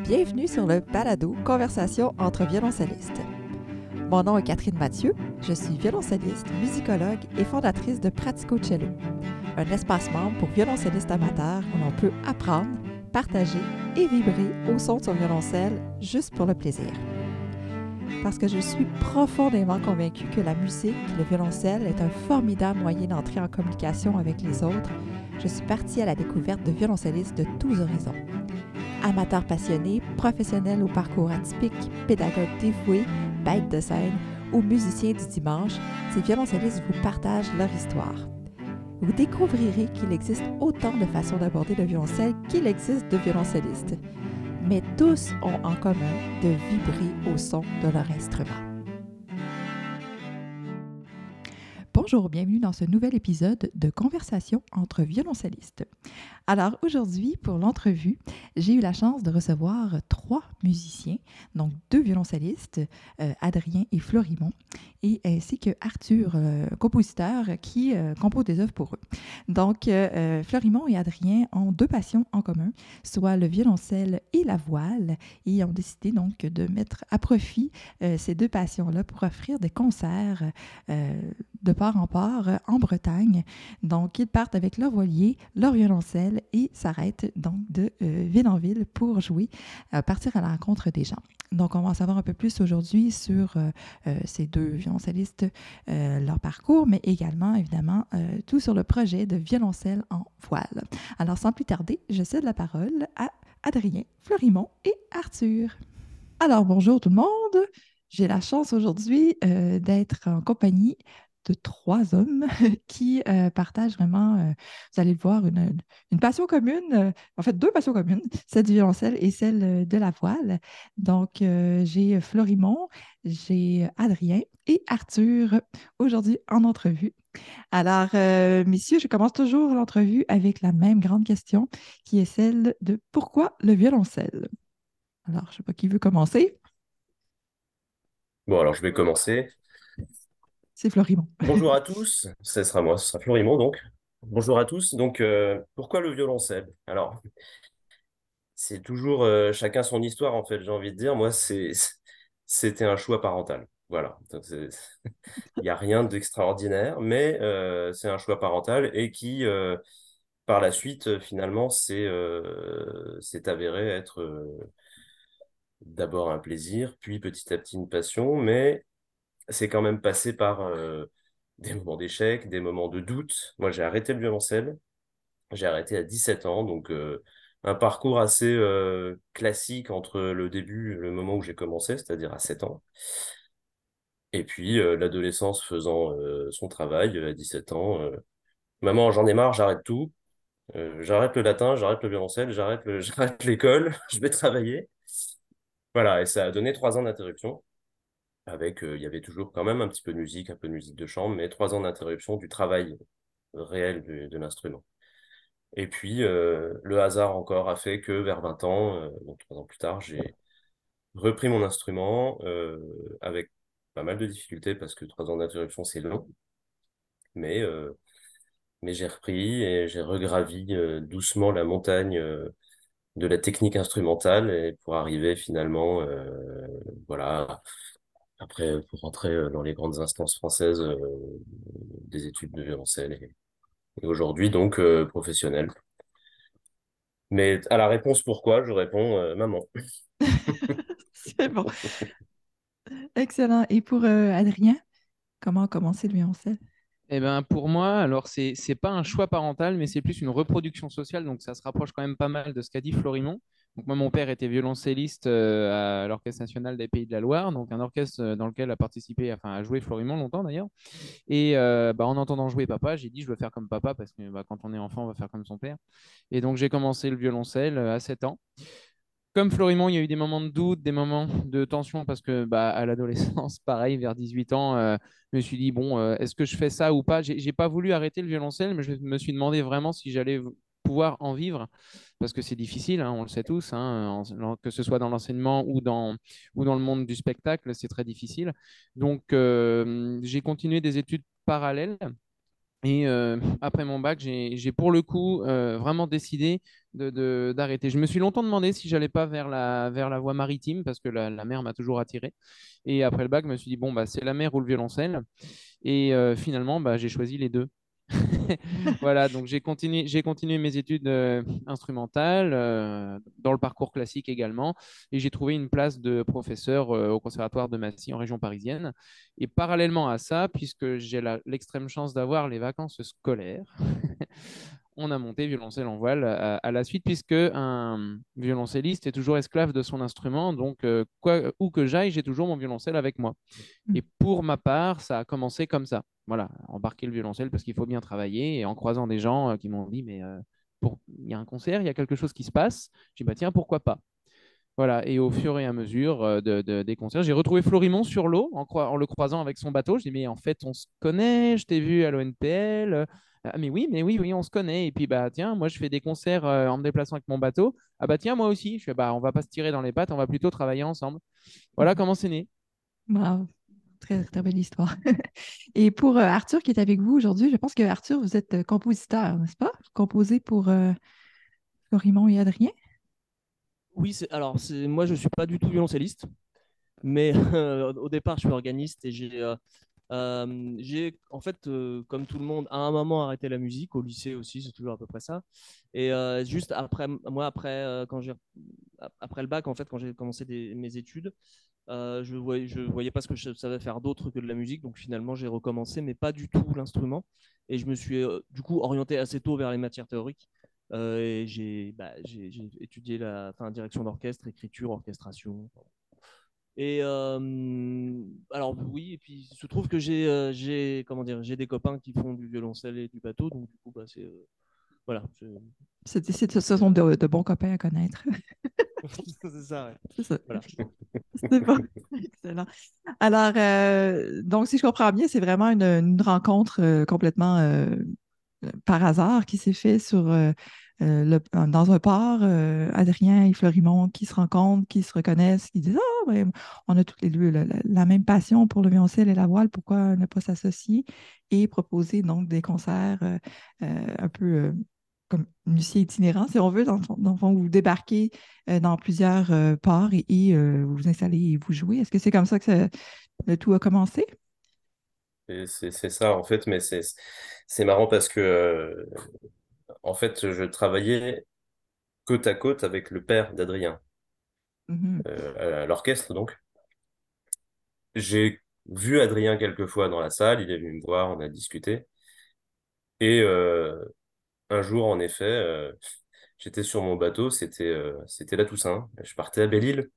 Bienvenue sur le balado Conversation entre violoncellistes. Mon nom est Catherine Mathieu, je suis violoncelliste, musicologue et fondatrice de Pratico Cello, un espace membre pour violoncellistes amateurs où l'on peut apprendre, partager et vibrer au son de son violoncelle juste pour le plaisir. Parce que je suis profondément convaincue que la musique, le violoncelle, est un formidable moyen d'entrer en communication avec les autres, je suis partie à la découverte de violoncellistes de tous horizons. Amateurs passionnés, professionnels au parcours atypique, pédagogues dévoués, bêtes de scène ou musiciens du dimanche, ces violoncellistes vous partagent leur histoire. Vous découvrirez qu'il existe autant de façons d'aborder le violoncelle qu'il existe de violoncellistes, mais tous ont en commun de vibrer au son de leur instrument. Bonjour, bienvenue dans ce nouvel épisode de Conversation entre violoncellistes. Alors aujourd'hui, pour l'entrevue, j'ai eu la chance de recevoir 3 musiciens, donc 2 violoncellistes, Adrien et Florimond, et ainsi que Arthur, compositeur, qui compose des œuvres pour eux. Donc, Florimond et Adrien ont 2 passions en commun, soit le violoncelle et la voile, et ont décidé donc de mettre à profit ces 2 passions-là pour offrir des concerts de part en part en Bretagne. Donc, ils partent avec leur voilier, leur violoncelle et s'arrêtent donc de ville en ville pour jouer, partir à la rencontre des gens. Donc, on va en savoir un peu plus aujourd'hui sur ces 2 violoncellistes, leur parcours, mais également, évidemment, tout sur le projet de violoncelle en voile. Alors, sans plus tarder, je cède la parole à Adrien, Florimond et Arthur. Alors, bonjour tout le monde. J'ai la chance aujourd'hui d'être en compagnie de 3 hommes qui partagent vraiment, vous allez le voir, une passion commune, en fait 2 passions communes, celle du violoncelle et celle de la voile. Donc, j'ai Florimond, j'ai Adrien et Arthur aujourd'hui en entrevue. Alors, messieurs, je commence toujours l'entrevue avec la même grande question qui est celle de pourquoi le violoncelle? Alors, je ne sais pas qui veut commencer. Bon, alors je vais commencer. C'est Florimond. Bonjour à tous, ce sera moi, ce sera Florimond donc. Bonjour à tous. Donc, pourquoi le violoncelle? Alors, c'est toujours chacun son histoire en fait, j'ai envie de dire. Moi, c'était un choix parental. Voilà. Donc, il n'y a rien d'extraordinaire, mais c'est un choix parental et qui, par la suite, finalement, s'est avéré être d'abord un plaisir, puis petit à petit une passion, mais c'est quand même passé par des moments d'échec, des moments de doute. Moi, j'ai arrêté le violoncelle. J'ai arrêté à 17 ans, donc un parcours assez classique entre le début et le moment où j'ai commencé, c'est-à-dire à 7 ans. Et puis l'adolescence faisant son travail à 17 ans. Maman, j'en ai marre, j'arrête tout. J'arrête le latin, j'arrête le violoncelle, j'arrête l'école, je vais travailler. Voilà, et ça a donné 3 ans d'interruption. Avec, il y avait toujours quand même un petit peu de musique, un peu de musique de chambre, mais 3 ans d'interruption du travail réel de l'instrument. Et puis, le hasard encore a fait que vers 20 ans, donc 3 ans plus tard, j'ai repris mon instrument avec pas mal de difficultés parce que 3 ans d'interruption, c'est long, mais, euh, mais j'ai repris et j'ai regravi doucement la montagne de la technique instrumentale et pour arriver finalement, voilà, après, pour rentrer dans les grandes instances françaises des études de violoncelle et aujourd'hui donc professionnel. Mais à la réponse pourquoi, je réponds maman. C'est bon. Excellent. Et pour Adrien, comment commencer le violoncelle? Eh ben, pour moi, alors c'est pas un choix parental, mais c'est plus une reproduction sociale, donc ça se rapproche quand même pas mal de ce qu'a dit Florimond. Donc moi, mon père était violoncelliste à l'Orchestre national des Pays de la Loire, donc un orchestre dans lequel a participé, enfin a joué Florimond longtemps d'ailleurs. Et en entendant jouer papa, j'ai dit je veux faire comme papa parce que quand on est enfant, on va faire comme son père. Et donc j'ai commencé le violoncelle à 7 ans. Comme Florimond, il y a eu des moments de doute, des moments de tension parce que à l'adolescence, pareil, vers 18 ans, je me suis dit, bon, est-ce que je fais ça ou pas? J'ai pas voulu arrêter le violoncelle, mais je me suis demandé vraiment si j'allais pouvoir en vivre parce que c'est difficile, hein, on le sait tous, hein, que ce soit dans l'enseignement ou dans le monde du spectacle, c'est très difficile. Donc, j'ai continué des études parallèles. Et après mon bac, j'ai pour le coup vraiment décidé d'arrêter. Je me suis longtemps demandé si j'allais pas vers la voie maritime parce que la mer m'a toujours attiré. Et après le bac, je me suis dit, bon, bah, c'est la mer ou le violoncelle. Et finalement, bah, j'ai choisi les deux. Voilà, donc j'ai continué mes études instrumentales dans le parcours classique également, et j'ai trouvé une place de professeur au Conservatoire de Massy en région parisienne. Et parallèlement à ça, puisque j'ai l'extrême chance d'avoir les vacances scolaires, on a monté violoncelle en voile à la suite, puisque un violoncelliste est toujours esclave de son instrument, donc où que j'aille, j'ai toujours mon violoncelle avec moi. Et pour ma part, ça a commencé comme ça. Voilà, embarquer le violoncelle parce qu'il faut bien travailler. Et en croisant des gens qui m'ont dit, mais il y a un concert, il y a quelque chose qui se passe. J'ai dit, bah, tiens, pourquoi pas? Voilà, et au fur et à mesure des concerts, j'ai retrouvé Florimond sur l'eau en le croisant avec son bateau. Je dis, mais en fait, on se connaît, je t'ai vu à l'ONPL. Ah, mais oui, oui, on se connaît. Et puis, bah, tiens, moi, je fais des concerts en me déplaçant avec mon bateau. Ah, bah, tiens, moi aussi. Je fais, bah, on va pas se tirer dans les pattes, on va plutôt travailler ensemble. Voilà comment c'est né. Wow. Très, très belle histoire. Et pour Arthur qui est avec vous aujourd'hui, je pense que Arthur, vous êtes compositeur, n'est-ce pas? Vous composez pour Florimond et Adrien? Oui, moi je suis pas du tout violoncelliste, mais au départ je suis organiste et j'ai en fait comme tout le monde à un moment arrêté la musique au lycée aussi, c'est toujours à peu près ça. Et juste après après le bac en fait quand j'ai commencé mes études, je voyais pas ce que je savais faire d'autre que de la musique, donc finalement j'ai recommencé, mais pas du tout l'instrument. Et je me suis du coup orienté assez tôt vers les matières théoriques. Et j'ai étudié direction d'orchestre, écriture, orchestration. Et alors oui, et puis il se trouve que comment dire, j'ai des copains qui font du violoncelle et du bateau, donc du coup bah, voilà. Ce sont de bons copains à connaître. C'est ça, ouais. C'est ça. Voilà. C'est bon. Excellent. Alors, donc, si je comprends bien, c'est vraiment une rencontre complètement par hasard qui s'est fait dans un bar, Adrien et Florimond qui se rencontrent, qui se reconnaissent, qui disent ah, ben, on a toutes les deux la même passion pour le violoncelle et la voile, pourquoi ne pas s'associer et proposer donc des concerts un peu comme musicien itinérant, si on veut, dans le fond, vous débarquez dans plusieurs ports vous vous installez et vous jouez. Est-ce que c'est comme ça que le tout a commencé? Et c'est ça, en fait, mais c'est marrant parce que, en fait, je travaillais côte à côte avec le père d'Adrien, Mhm. à l'orchestre, donc. J'ai vu Adrien quelques fois dans la salle, il est venu me voir, on a discuté. Et un jour, en effet, j'étais sur mon bateau, c'était la Toussaint. Je partais à Belle-Île.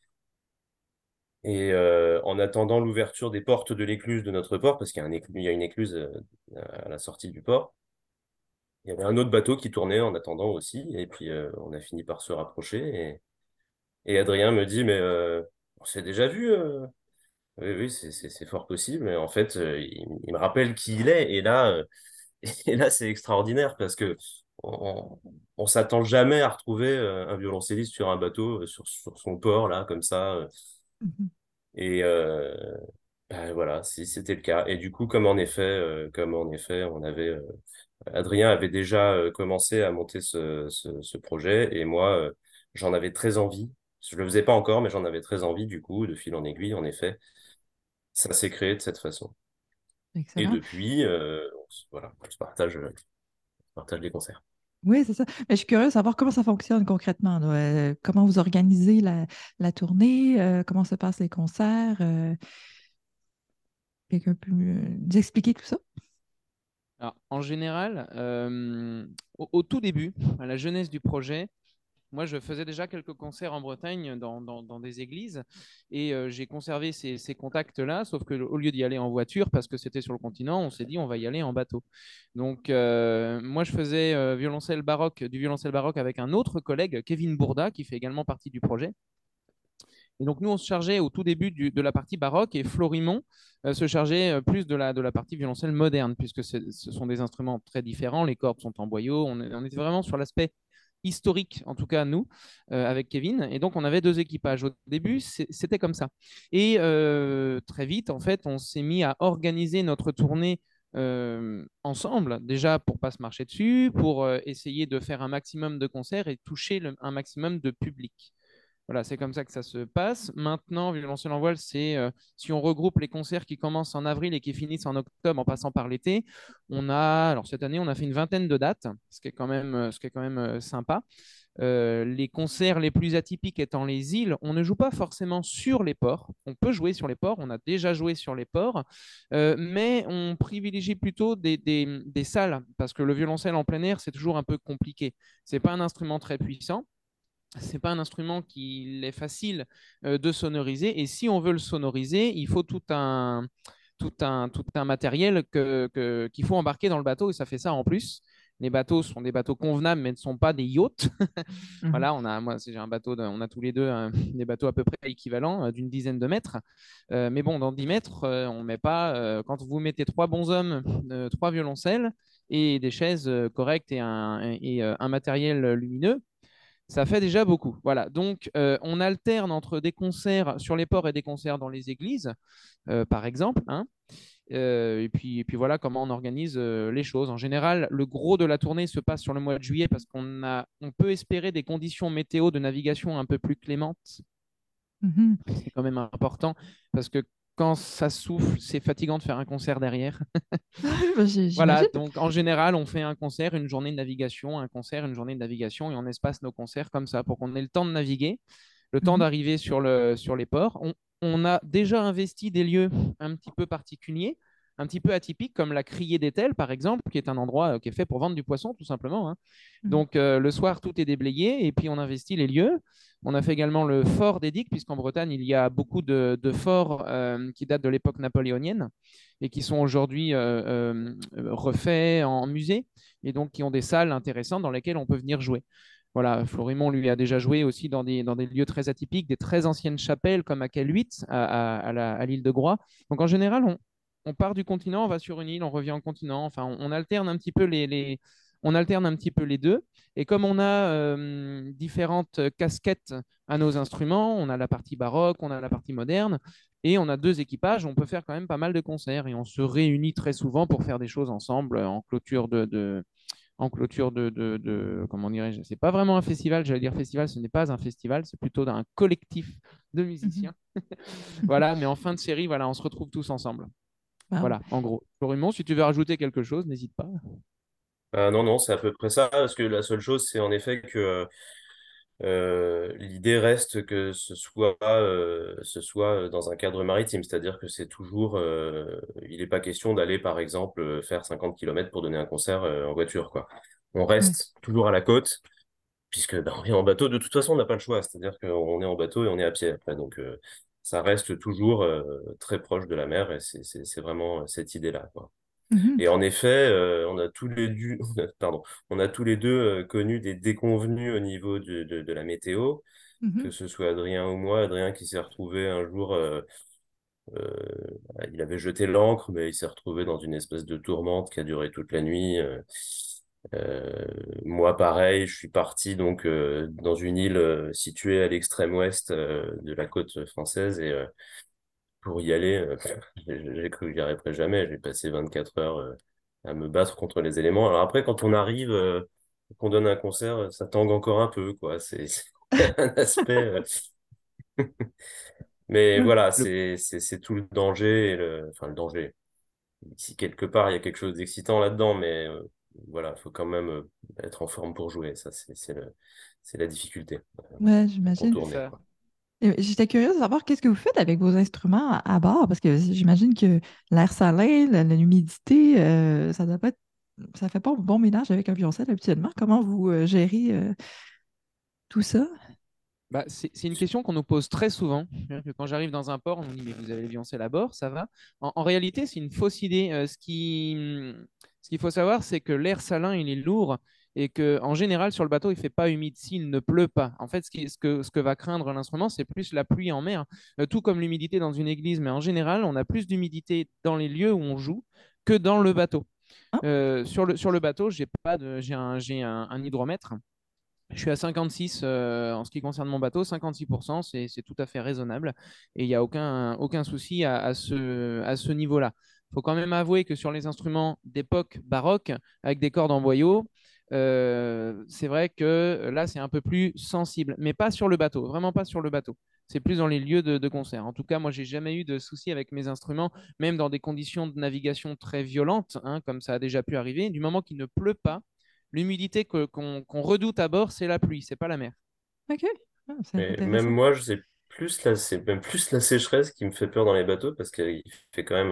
Et en attendant l'ouverture des portes de l'écluse de notre port, parce il y a une écluse à la sortie du port, il y avait un autre bateau qui tournait en attendant aussi. Et puis, on a fini par se rapprocher. Et Adrien me dit, mais on s'est déjà vu. Oui, oui, c'est fort possible. Et en fait, il me rappelle qui il est. Et là, c'est extraordinaire parce que on, on s'attend jamais à retrouver un violoncelliste sur un bateau, sur son port, là, comme ça. Mhm. Et bah, voilà, si c'était le cas. Et du coup, comme en effet, Adrien avait déjà commencé à monter ce projet. Et moi, j'en avais très envie. Je le faisais pas encore, mais j'en avais très envie, du coup, de fil en aiguille, en effet. Ça s'est créé de cette façon. Et Excellent. depuis, voilà, on se partage les concerts. Oui, c'est ça. Mais je suis curieuse de savoir comment ça fonctionne concrètement, là. Comment vous organisez la tournée, comment se passent les concerts. Quelqu'un peut nous expliquer tout ça? Alors, en général, au tout début, à la jeunesse du projet, moi, je faisais déjà quelques concerts en Bretagne dans des églises et j'ai conservé ces contacts-là, sauf qu'au lieu d'y aller en voiture, parce que c'était sur le continent, on s'est dit on va y aller en bateau. Donc, moi, je faisais du violoncelle baroque avec un autre collègue, Kevin Bourda, qui fait également partie du projet. Et donc, nous, on se chargeait au tout début de la partie baroque et Florimond se chargeait plus de la partie violoncelle moderne, puisque ce sont des instruments très différents. Les cordes sont en boyau. On était vraiment sur l'aspect historique, en tout cas nous, avec Kevin. Et donc, on avait deux équipages. Au début, c'était comme ça. Et très vite, en fait, on s'est mis à organiser notre tournée ensemble, déjà pour pas se marcher dessus, pour essayer de faire un maximum de concerts et toucher un maximum de public. Voilà, c'est comme ça que ça se passe. Maintenant, Violoncelle en voile, c'est si on regroupe les concerts qui commencent en avril et qui finissent en octobre en passant par l'été, alors cette année, on a fait une vingtaine de dates, ce qui est quand même sympa. Les concerts les plus atypiques étant les îles, on ne joue pas forcément sur les ports. On peut jouer sur les ports, on a déjà joué sur les ports, mais on privilégie plutôt des salles parce que le violoncelle en plein air, c'est toujours un peu compliqué. C'est pas un instrument très puissant. C'est pas un instrument qu'il est facile de sonoriser. Et si on veut le sonoriser, il faut tout un matériel qu'il faut embarquer dans le bateau. Et ça fait ça en plus. Les bateaux sont des bateaux convenables, mais ne sont pas des yachts. Mhm. Voilà, j'ai un bateau, on a tous les deux des bateaux à peu près équivalents d'une dizaine de mètres. Mais bon, dans 10 mètres, on met pas. Quand vous mettez trois bons hommes, trois violoncelles et des chaises correctes et un matériel lumineux, ça fait déjà beaucoup. Voilà. Donc, on alterne entre des concerts sur les ports et des concerts dans les églises, par exemple, hein. Et puis voilà comment on organise les choses. En général, le gros de la tournée se passe sur le mois de juillet parce on peut espérer des conditions météo de navigation un peu plus clémentes. Mhm. C'est quand même important parce que quand ça souffle, c'est fatigant de faire un concert derrière. Ben, Voilà, j'imagine. donc en général, on fait un concert, une journée de navigation, un concert, une journée de navigation, et on espace nos concerts comme ça pour qu'on ait le temps de naviguer, le temps Mhm. d'arriver sur les ports. On a déjà investi des lieux un petit peu particuliers, un petit peu atypiques, comme la Criée d'Étel, par exemple, qui est un endroit qui est fait pour vendre du poisson, tout simplement, hein. Mhm. Donc le soir, tout est déblayé, et puis on investit les lieux. On a fait également le fort d'Édic, puisqu'en Bretagne, il y a beaucoup de forts qui datent de l'époque napoléonienne et qui sont aujourd'hui refaits en musée et donc qui ont des salles intéressantes dans lesquelles on peut venir jouer. Voilà, Florimond lui a déjà joué aussi dans des lieux très atypiques, des très anciennes chapelles comme à Caluit, à l'île de Groix. Donc en général, on part du continent, on va sur une île, on revient au continent. Enfin, on alterne un petit peu on alterne un petit peu les deux. Et comme on a différentes casquettes à nos instruments, on a la partie baroque, on a la partie moderne, et on a deux équipages, on peut faire quand même pas mal de concerts et on se réunit très souvent pour faire des choses ensemble comment dirais-je, c'est pas vraiment un festival, j'allais dire festival, ce n'est pas un festival, c'est plutôt un collectif de Mhm. musiciens. Voilà, mais en fin de série, voilà, on se retrouve tous ensemble. Wow. Voilà, en gros. Florimond, si tu veux rajouter quelque chose, n'hésite pas. Non, non, c'est à peu près ça, parce que la seule chose, c'est en effet que l'idée reste que ce soit dans un cadre maritime, c'est-à-dire que c'est toujours, il n'est pas question d'aller, par exemple, faire 50 kilomètres pour donner un concert en voiture, quoi. On Oui. reste toujours à la côte, puisque ben, on est en bateau, de toute façon, on n'a pas le choix, c'est-à-dire qu'on est en bateau et on est à pied après, donc ça reste toujours très proche de la mer, et c'est vraiment cette idée-là, quoi. Mhm. Et en effet, on a tous les deux, pardon, on a tous les deux connu des déconvenus au niveau de la météo, Mhm. que ce soit Adrien ou moi. Adrien qui s'est retrouvé un jour, il avait jeté l'ancre, mais il s'est retrouvé dans une espèce de tourmente qui a duré toute la nuit. Euh, Moi, pareil, je suis parti donc dans une île située à l'extrême ouest de la côte française et pour y aller, j'ai cru que j'y arriverais jamais. J'ai passé 24 heures à me battre contre les éléments. Alors après, quand on arrive, qu'on donne un concert, ça tangue encore un peu, quoi. C'est un aspect. Mais Ouais. voilà, Le, c'est tout le danger et enfin le danger. Si quelque part il y a quelque chose d'excitant là-dedans, mais voilà, faut quand même être en forme pour jouer. Ça, c'est la difficulté Ouais, en j'imagine. c'est tournée, ça. quoi. Et j'étais curieuse de savoir qu'est-ce que vous faites avec vos instruments à bord, parce que j'imagine que l'air salin, l'humidité, ça doit pas être, ça fait pas un bon ménage avec un violoncelle habituellement. Comment vous gérez tout ça? Bah, c'est une question qu'on nous pose très souvent. C'est-à-dire que quand j'arrive dans un port, on me dit, mais vous avez le violoncelle à bord, ça va? En réalité, c'est une fausse idée. Ce qu'il faut savoir, c'est que l'air salin, il est lourd et que en général, sur le bateau, il ne fait pas humide s'il ne pleut pas. En fait, ce que va craindre l'instrument, c'est plus la pluie en mer, tout comme l'humidité dans une église. Mais en général, on a plus d'humidité dans les lieux où on joue que dans le bateau. Ah, Sur le bateau, j'ai un hydromètre. Je suis à 56 en ce qui concerne mon bateau. 56%, c'est tout à fait raisonnable et il n'y a aucun souci à ce niveau-là. faut quand même avouer que sur les instruments d'époque baroque, avec des cordes en boyau, c'est vrai que là, c'est un peu plus sensible, mais pas sur le bateau, vraiment pas sur le bateau. C'est plus dans les lieux de concert. En tout cas, moi, j'ai jamais eu de soucis avec mes instruments, même dans des conditions de navigation très violentes, hein, comme ça a déjà pu arriver. Du moment qu'il ne pleut pas, l'humidité qu'on redoute à bord, c'est la pluie, c'est pas la mer. OK. Ah, c'est Mais même intéressant. moi, c'est même plus la sécheresse qui me fait peur dans les bateaux parce qu'il fait quand même,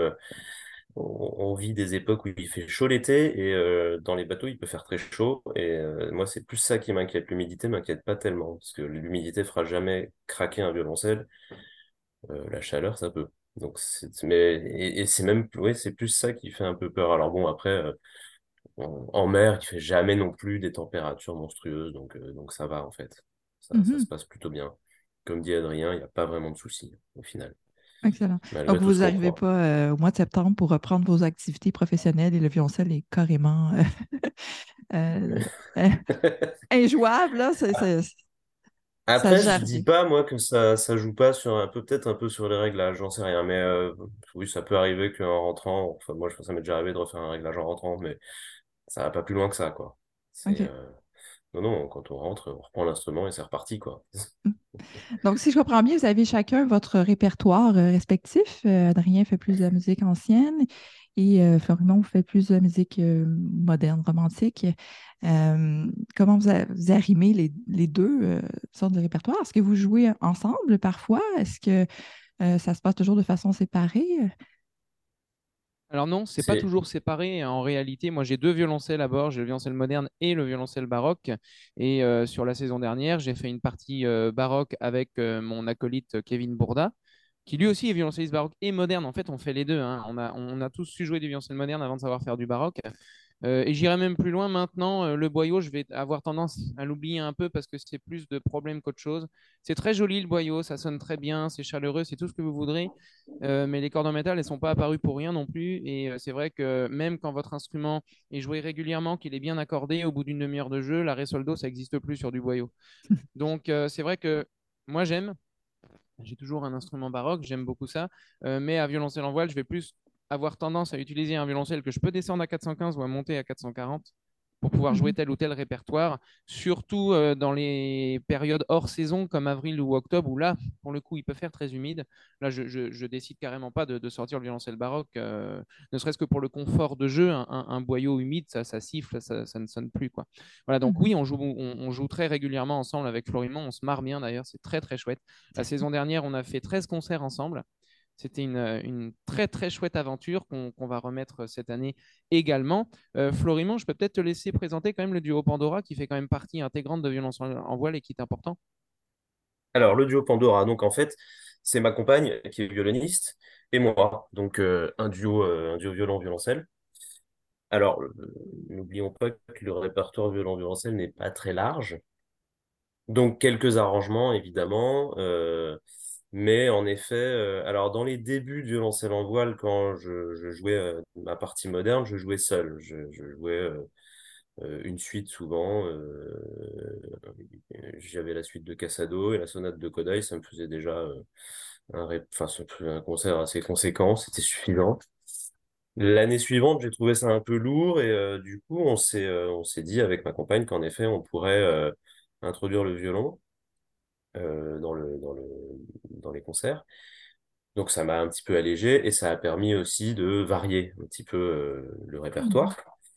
on vit des époques où il fait chaud l'été et dans les bateaux, il peut faire très chaud. Et moi, c'est plus ça qui m'inquiète. L'humidité m'inquiète pas tellement parce que l'humidité fera jamais craquer un violoncelle. La chaleur, ça peut. Donc, et c'est même, ouais, c'est plus ça qui fait un peu peur. Alors bon, après, en mer, il fait jamais non plus des températures monstrueuses, donc ça va en fait. Ça se Mhm. passe plutôt bien. Comme dit Adrien, il n'y a pas vraiment de soucis au final, Excellent. Donc, malgré tout vous ce qu'on n'arrivez croit. pas au mois de septembre pour reprendre vos activités professionnelles et le violoncelle est carrément euh, euh, injouable, là. Ça se Après, je gère dis bien. pas moi que ça joue pas sur un peu, peut-être un peu sur les réglages, j'en sais rien, mais oui, ça peut arriver qu'en rentrant, enfin moi je pense que ça m'est déjà arrivé de refaire un réglage en rentrant, mais ça va pas plus loin que ça, quoi. C'est OK. non, non, quand on rentre, on reprend l'instrument et c'est reparti, quoi. Donc, si je comprends bien, vous avez chacun votre répertoire respectif. Adrien fait plus de la musique ancienne et Florimond, vous faites plus de la musique moderne, romantique. Comment vous arrimez les deux sortes de répertoires? Est-ce que vous jouez ensemble parfois? Est-ce que ça se passe toujours de façon séparée? Alors non, c'est pas C'est toujours séparé. En réalité, moi j'ai deux violoncelles à bord, j'ai le violoncelle moderne et le violoncelle baroque. Et sur la saison dernière, j'ai fait une partie baroque avec mon acolyte Kevin Bourda, qui lui aussi est violoncelliste baroque et moderne. En fait, on fait les deux, hein. On a tous su jouer du violoncelle moderne avant de savoir faire du baroque. Et j'irai même plus loin maintenant. Le boyau, je vais avoir tendance à l'oublier un peu parce que c'est plus de problèmes qu'autre chose. C'est très joli le boyau, ça sonne très bien, c'est chaleureux, c'est tout ce que vous voudrez. Mais les cordes en métal, elles sont pas apparues pour rien non plus. Et c'est vrai que même quand votre instrument est joué régulièrement, qu'il est bien accordé, au bout d'une demi-heure de jeu, l'arrêt soldo, ça n'existe plus sur du boyau. Donc c'est vrai que moi j'aime. J'ai toujours un instrument baroque, j'aime beaucoup ça. Mais à violoncelle en voile, je vais plus avoir tendance à utiliser un violoncelle que je peux descendre à 415 ou à monter à 440 pour pouvoir jouer Mhm. tel ou tel répertoire, surtout dans les périodes hors saison comme avril ou octobre, où là, pour le coup, il peut faire très humide. Là, je décide carrément pas de sortir le violoncelle baroque, ne serait-ce que pour le confort de jeu. Un boyau humide, ça siffle, ça ne sonne plus, quoi. Voilà, donc Mhm. oui, on joue très régulièrement ensemble avec Florimond, on se marre bien d'ailleurs, c'est très très chouette. La saison dernière, on a fait 13 concerts ensemble. C'était une très très chouette aventure qu'on va remettre cette année également. Florimond, je peux peut-être te laisser présenter quand même le duo Pandora qui fait quand même partie intégrante de Violence en voile et qui est important. alors le duo Pandora. Donc en fait, c'est ma compagne qui est violoniste et moi. Donc un duo violon-violoncelle. Alors n'oublions pas que le répertoire violon-violoncelle n'est pas très large. Donc quelques arrangements évidemment, mais en effet, alors dans les débuts de violoncelle en voile, quand je jouais ma partie moderne, je jouais seul. Je jouais une suite souvent. J'avais la suite de Casado et la sonate de Kodály, ça me faisait déjà enfin, ça me faisait un concert assez conséquent, c'était suffisant. L'année suivante, j'ai trouvé ça un peu lourd et du coup, on s'est dit avec ma compagne qu'en effet, on pourrait introduire le violon dans les concerts. Donc ça m'a un petit peu allégé et ça a permis aussi de varier un petit peu le Mhm. répertoire.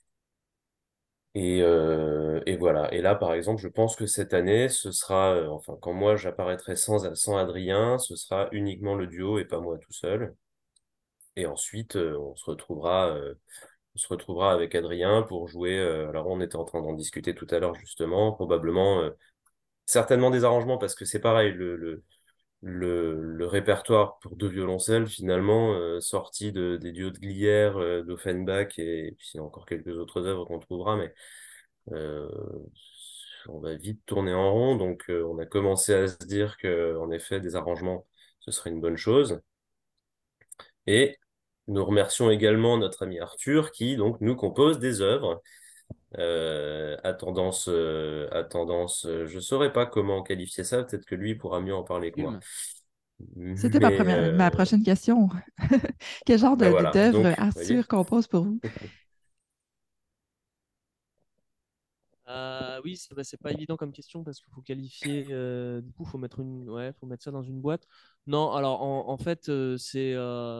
Et voilà. Et là, par exemple, je pense que cette année, ce sera, enfin, quand moi j'apparaîtrai sans Adrien, ce sera uniquement le duo et pas moi tout seul. Et ensuite, on se retrouvera avec Adrien pour jouer. Alors, on était en train d'en discuter tout à l'heure, justement, probablement, certainement des arrangements parce que c'est pareil, le répertoire pour deux violoncelles, finalement, sorti des duos de Glière, d'Offenbach et puis encore quelques autres œuvres qu'on trouvera, mais euh, on va vite tourner en rond. Donc, on a commencé à se dire que, en effet, des arrangements, ce serait une bonne chose. Et nous remercions également notre ami Arthur qui, donc, nous compose des œuvres à tendance, je saurais pas comment qualifier ça, peut-être que lui pourra mieux en parler que moi. Film. C'était ma Mais ma prochaine question. Quel genre ben voilà, donc, d'œuvre vous voyez. Arthur compose pour vous? Oui, c'est pas évident comme question parce qu'il faut qualifier. Du coup, faut mettre ça dans une boîte. Non, alors en fait, c'est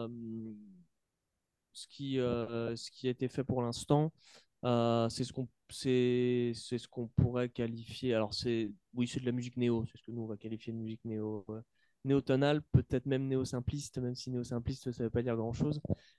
ce qui a été fait pour l'instant. C'est ce qu'on pourrait qualifier. Alors oui, c'est de la musique néo. C'est ce que nous on va qualifier de musique néo, néotonale, peut-être même néo-simpliste, même si néo-simpliste ça veut pas dire grand-chose.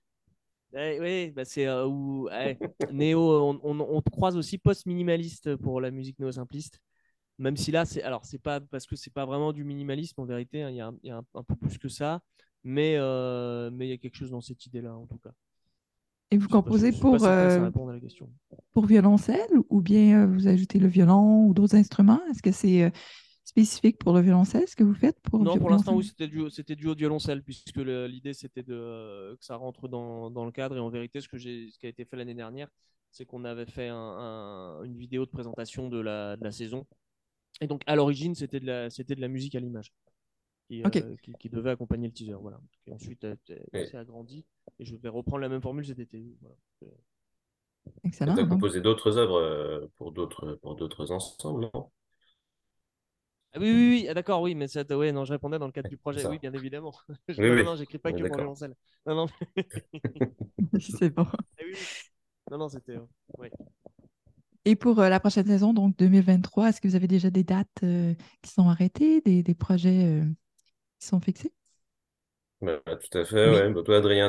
Oui, bah c'est néo. On croise aussi post-minimaliste pour la musique néo-simpliste. Même si là, c'est pas parce que c'est pas vraiment du minimalisme en vérité, hein, il y a un peu plus que ça, mais il y a quelque chose dans cette idée-là en tout cas. Et vous Je composez suis pas certain que ça réponde à la question. pour violoncelle ou bien vous ajoutez le violon ou d'autres instruments? Est-ce que c'est spécifique pour le violoncelle, ce que vous faites pour Non, pour l'instant, violoncelle? oui, c'était du haut de violoncelle, puisque l'idée c'était que ça rentre dans le cadre. Et en vérité, ce qui a été fait l'année dernière, c'est qu'on avait fait une vidéo de présentation de la saison. Et donc, à l'origine, c'était de la musique à l'image OK, qui devait accompagner le teaser. Voilà. Et ensuite, Et c'est agrandi. Et je vais reprendre la même formule cet été. Voilà. tu excellent. as Donc, composé d'autres œuvres pour d'autres ensembles, non? Ah oui, oui, oui. Ah, d'accord, oui, mais ouais, non, je répondais dans le cadre du C'est projet. Oui, ça. bien évidemment. Oui, Non, non, oui, non, j'écris pas on est que pour d'accord. violoncelle. Non, non. c'est bon. Ah oui, oui. Non, non, c'était. Ouais. Et pour la prochaine saison, donc 2023, est-ce que vous avez déjà des dates qui sont arrêtées, des projets qui sont fixés? Tout à fait, Oui, ouais. Bah, toi, Adrien,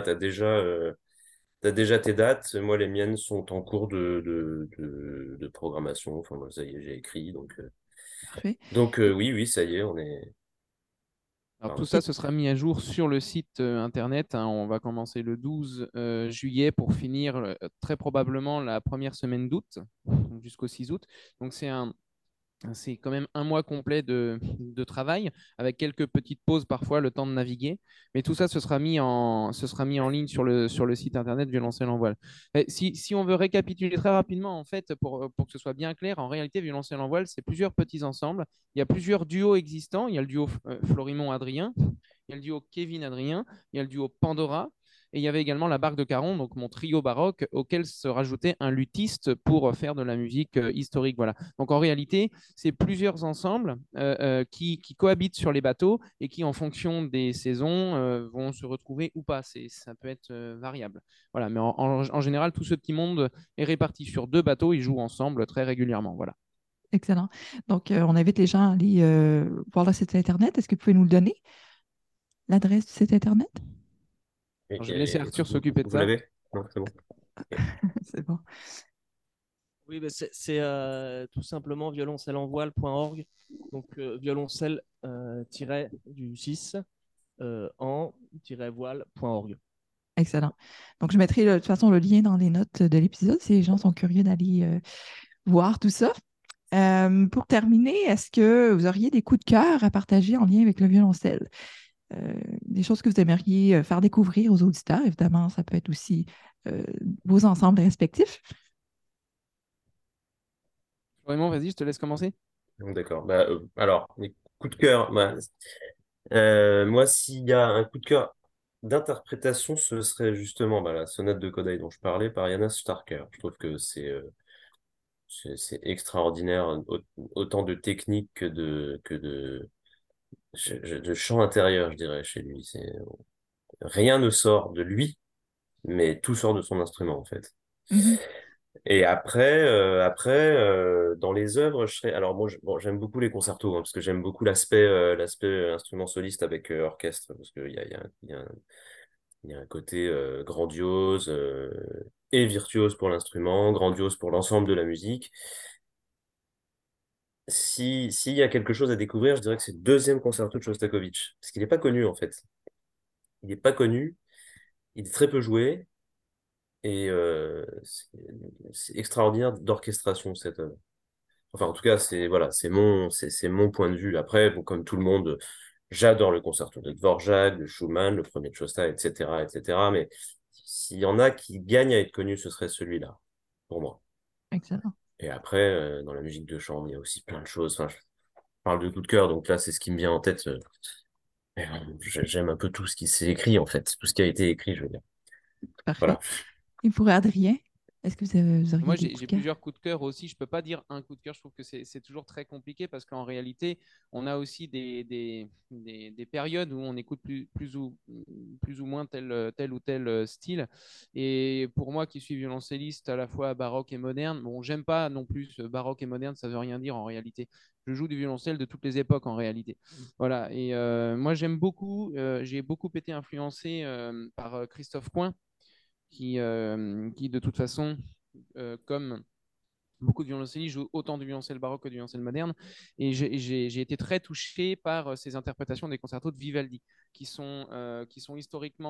t'as déjà tes dates. Moi, les miennes sont en cours de programmation. Enfin, moi, ça y est, j'ai écrit. parfait. Oui, oui, ça y est, on est. Alors tout Pardon. ça, ce sera mis à jour sur le site internet, hein. On va commencer le 12 juillet pour finir très probablement la première semaine d'août, donc jusqu'au 6 août. Donc c'est quand même un mois complet de travail, avec quelques petites pauses parfois, le temps de naviguer. Mais tout ça, ce sera mis en ligne sur le site internet Violoncelle en voile. Et si on veut récapituler très rapidement, en fait, pour que ce soit bien clair, en réalité, Violoncelle en voile, c'est plusieurs petits ensembles. Il y a plusieurs duos existants. Il y a le duo Florimond-Adrien, il y a le duo Kevin-Adrien, il y a le duo Pandora. Et il y avait également la Barque de Caron, donc mon trio baroque, auquel se rajoutait un luthiste pour faire de la musique historique. Voilà. Donc en réalité, c'est plusieurs ensembles qui cohabitent sur les bateaux et qui, en fonction des saisons, vont se retrouver ou pas. Ça peut être variable. Voilà, mais en général, tout ce petit monde est réparti sur deux bateaux. Ils jouent ensemble très régulièrement. Voilà. Excellent. Donc, on invite les gens à aller voir le site Internet. Est-ce que vous pouvez nous le donner, l'adresse du site Internet? Alors, je vais laisser Arthur Vous, s'occuper de vous ça. l'avez? Non, c'est bon. Ok. C'est bon. Oui, bah, c'est tout simplement violoncellenvoile.org. Donc, violoncelle du 6 en-voile.org. Excellent. Donc, je mettrai de toute façon le lien dans les notes de l'épisode si les gens sont curieux d'aller voir tout ça. Pour terminer, est-ce que vous auriez des coups de cœur à partager en lien avec le violoncelle? Des choses que vous aimeriez faire découvrir aux auditeurs? Évidemment, ça peut être aussi euh, vos ensembles respectifs. Vraiment, vas-y, je te laisse commencer. D'accord. Alors, les coups de cœur. Moi, s'il y a un coup de cœur d'interprétation, ce serait justement la sonate de Kodály dont je parlais par Jana Starker. Je trouve que c'est extraordinaire, autant de technique de chant intérieur, je dirais, chez lui. Rien ne sort de lui, mais tout sort de son instrument, en fait. Mhm. Et dans les œuvres, alors moi, bon, j'aime beaucoup les concertos, hein, parce que j'aime beaucoup l'aspect instrument soliste avec orchestre, parce qu'il y a un côté grandiose et virtuose pour l'instrument, grandiose pour l'ensemble de la musique. S'il y a quelque chose à découvrir, je dirais que c'est le deuxième concerto de Shostakovich, parce qu'il n'est pas connu en fait. Il n'est pas connu, il est très peu joué, et c'est extraordinaire d'orchestration cette œuvre. Enfin, en tout cas, c'est mon point de vue. Après, bon, comme tout le monde, j'adore le concerto de Dvorak, de Schumann, le premier de Shostakovich, etc., etc. Mais s'il y en a qui gagnent à être connus, ce serait celui-là, pour moi. Excellent. Et après, dans la musique de chambre, il y a aussi plein de choses. Enfin, je parle de coup de cœur, donc là, c'est ce qui me vient en tête J'aime un peu tout ce qui s'est écrit, en fait, tout ce qui a été écrit, je veux dire. Parfait. Voilà. Et pour Adrien, est-ce que vous auriez Moi, des j'ai coups j'ai de cœur? plusieurs coups de cœur aussi. Je ne peux pas dire un coup de cœur. Je trouve que c'est toujours très compliqué parce qu'en réalité, on a aussi des périodes où on écoute plus ou moins tel ou tel style. Et pour moi, qui suis violoncelliste à la fois baroque et moderne, bon, j'aime pas non plus baroque et moderne, ça veut rien dire en réalité. Je joue du violoncelle de toutes les époques en réalité. Voilà. Et moi, j'aime beaucoup, j'ai beaucoup été influencé par Christophe Coin qui de toute façon, comme beaucoup de violoncellistes, jouent autant du violoncelle baroque que du violoncelle moderne. Et j'ai été très touché par ces interprétations des concertos de Vivaldi, qui sont historiquement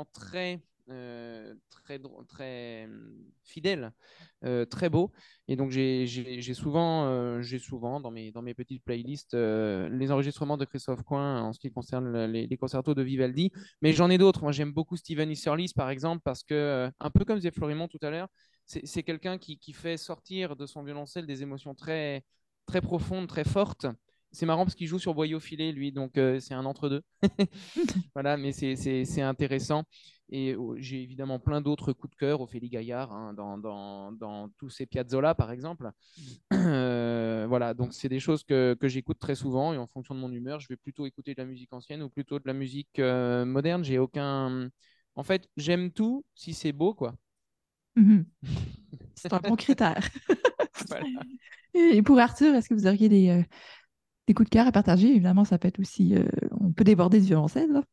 très fidèles, très beaux. Et donc, j'ai souvent dans mes petites playlists les enregistrements de Christophe Coin en ce qui concerne les concertos de Vivaldi. Mais j'en ai d'autres. Moi, j'aime beaucoup Stephen Isserlis, par exemple, parce que, un peu comme Zé Florimond tout à l'heure, c'est quelqu'un qui fait sortir de son violoncelle des émotions très, très profondes, très fortes. C'est marrant parce qu'il joue sur boyau filé, lui, donc c'est un entre-deux. Voilà, mais c'est intéressant. Et j'ai évidemment plein d'autres coups de cœur, Ophélie Gaillard, hein, dans tous ces Piazzolla, par exemple. Voilà, donc c'est des choses que j'écoute très souvent et en fonction de mon humeur, je vais plutôt écouter de la musique ancienne ou plutôt de la musique moderne. J'ai aucun. En fait, j'aime tout si c'est beau, quoi. Mhm. C'est un bon critère. Voilà. Et pour Arthur, est-ce que vous auriez des coups de cœur à partager? Évidemment, ça peut être aussi. On peut déborder du violoncelle, là.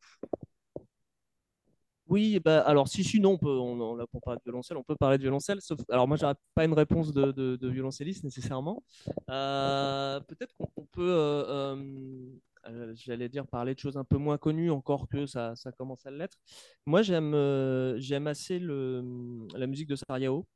Oui, bah, alors si, non, on l'a pour parler de violoncelle, on peut parler de violoncelle. Alors moi, j'aurais pas une réponse de violoncelliste nécessairement. Peut-être qu'on peut, j'allais dire, parler de choses un peu moins connues, encore que ça commence à l'être. Moi, j'aime assez la musique de Sarajevo.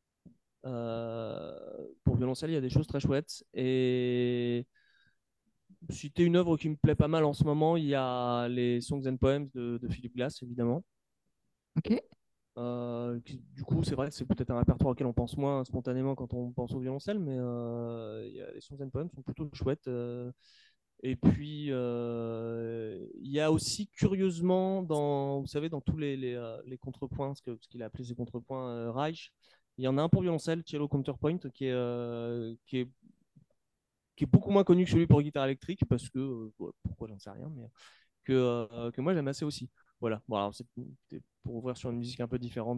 Pour violoncelle, il y a des choses très chouettes. Et citer une œuvre qui me plaît pas mal en ce moment, il y a les Songs and Poems de Philip Glass, évidemment. OK. Du coup, c'est vrai que c'est peut-être un répertoire auquel on pense moins spontanément quand on pense au violoncelle, mais les Songs and Poems sont plutôt chouettes. Et puis, il y a aussi curieusement, vous savez, dans tous les contrepoints, ce qu'il a appelé ses contrepoints Reich, il y en a un pour violoncelle, Cello Counterpoint, qui est beaucoup moins connu que celui pour guitare électrique, parce que, pourquoi j'en sais rien, mais que moi j'aime assez aussi. Voilà, bon, alors c'était pour ouvrir sur une musique un peu différente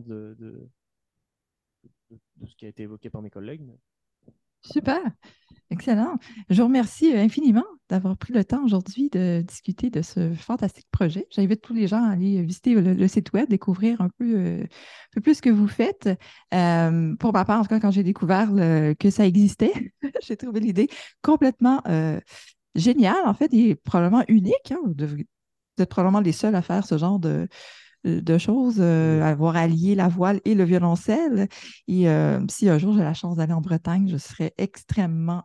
de ce qui a été évoqué par mes collègues. Super. Excellent. Je vous remercie infiniment d'avoir pris le temps aujourd'hui de discuter de ce fantastique projet. J'invite tous les gens à aller visiter le site web, découvrir un peu plus ce que vous faites. Pour ma part, en tout cas, quand j'ai découvert que ça existait, j'ai trouvé l'idée complètement géniale, en fait, et probablement unique, hein. Vous êtes probablement les seuls à faire ce genre de choses, avoir allié la voile et le violoncelle. Et si un jour j'ai la chance d'aller en Bretagne, je serais extrêmement.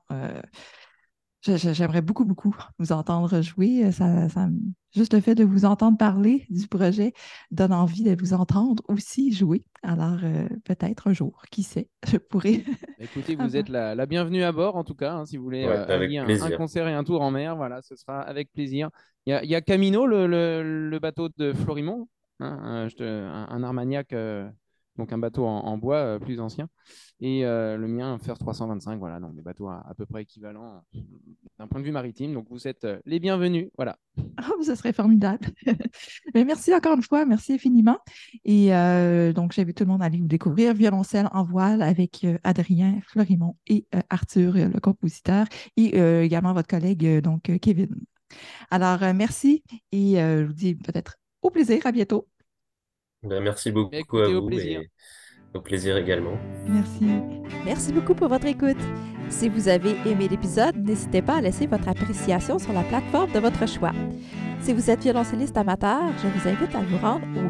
J'aimerais beaucoup, beaucoup vous entendre jouer. Juste le fait de vous entendre parler du projet donne envie de vous entendre aussi jouer. Alors, peut-être un jour, qui sait, je pourrais. Écoutez, vous êtes la bienvenue à bord, en tout cas, hein, si vous voulez Ouais, allier avec un plaisir. concert et un tour en mer, voilà, ce sera avec plaisir. Il y a Camino, le bateau de Florimond, hein, un Armagnac, donc un bateau en bois plus ancien, et le mien, First 325, voilà, donc des bateaux à peu près équivalents d'un point de vue maritime. Donc vous êtes les bienvenus, voilà. Oh, ce serait formidable. Mais merci encore une fois, merci infiniment. Et donc, j'invite tout le monde à aller vous découvrir Violoncelle en voile avec Adrien Florimond et Arthur, le compositeur, et également votre collègue, Kevin. Alors, merci et je vous dis peut-être au plaisir, à bientôt. Ben, merci beaucoup à Écoutez, au vous plaisir. et au plaisir également. Merci. Merci beaucoup pour votre écoute. Si vous avez aimé l'épisode, n'hésitez pas à laisser votre appréciation sur la plateforme de votre choix. Si vous êtes violoncelliste amateur, je vous invite à vous rendre au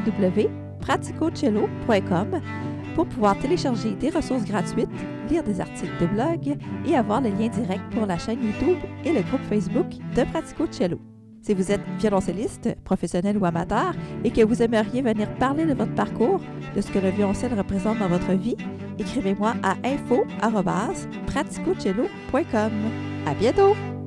www.praticocello.com pour pouvoir télécharger des ressources gratuites, lire des articles de blog et avoir le lien direct pour la chaîne YouTube et le groupe Facebook de Pratico Cello. Si vous êtes violoncelliste, professionnel ou amateur et que vous aimeriez venir parler de votre parcours, de ce que le violoncelle représente dans votre vie, écrivez-moi à info@praticocello.com. À bientôt!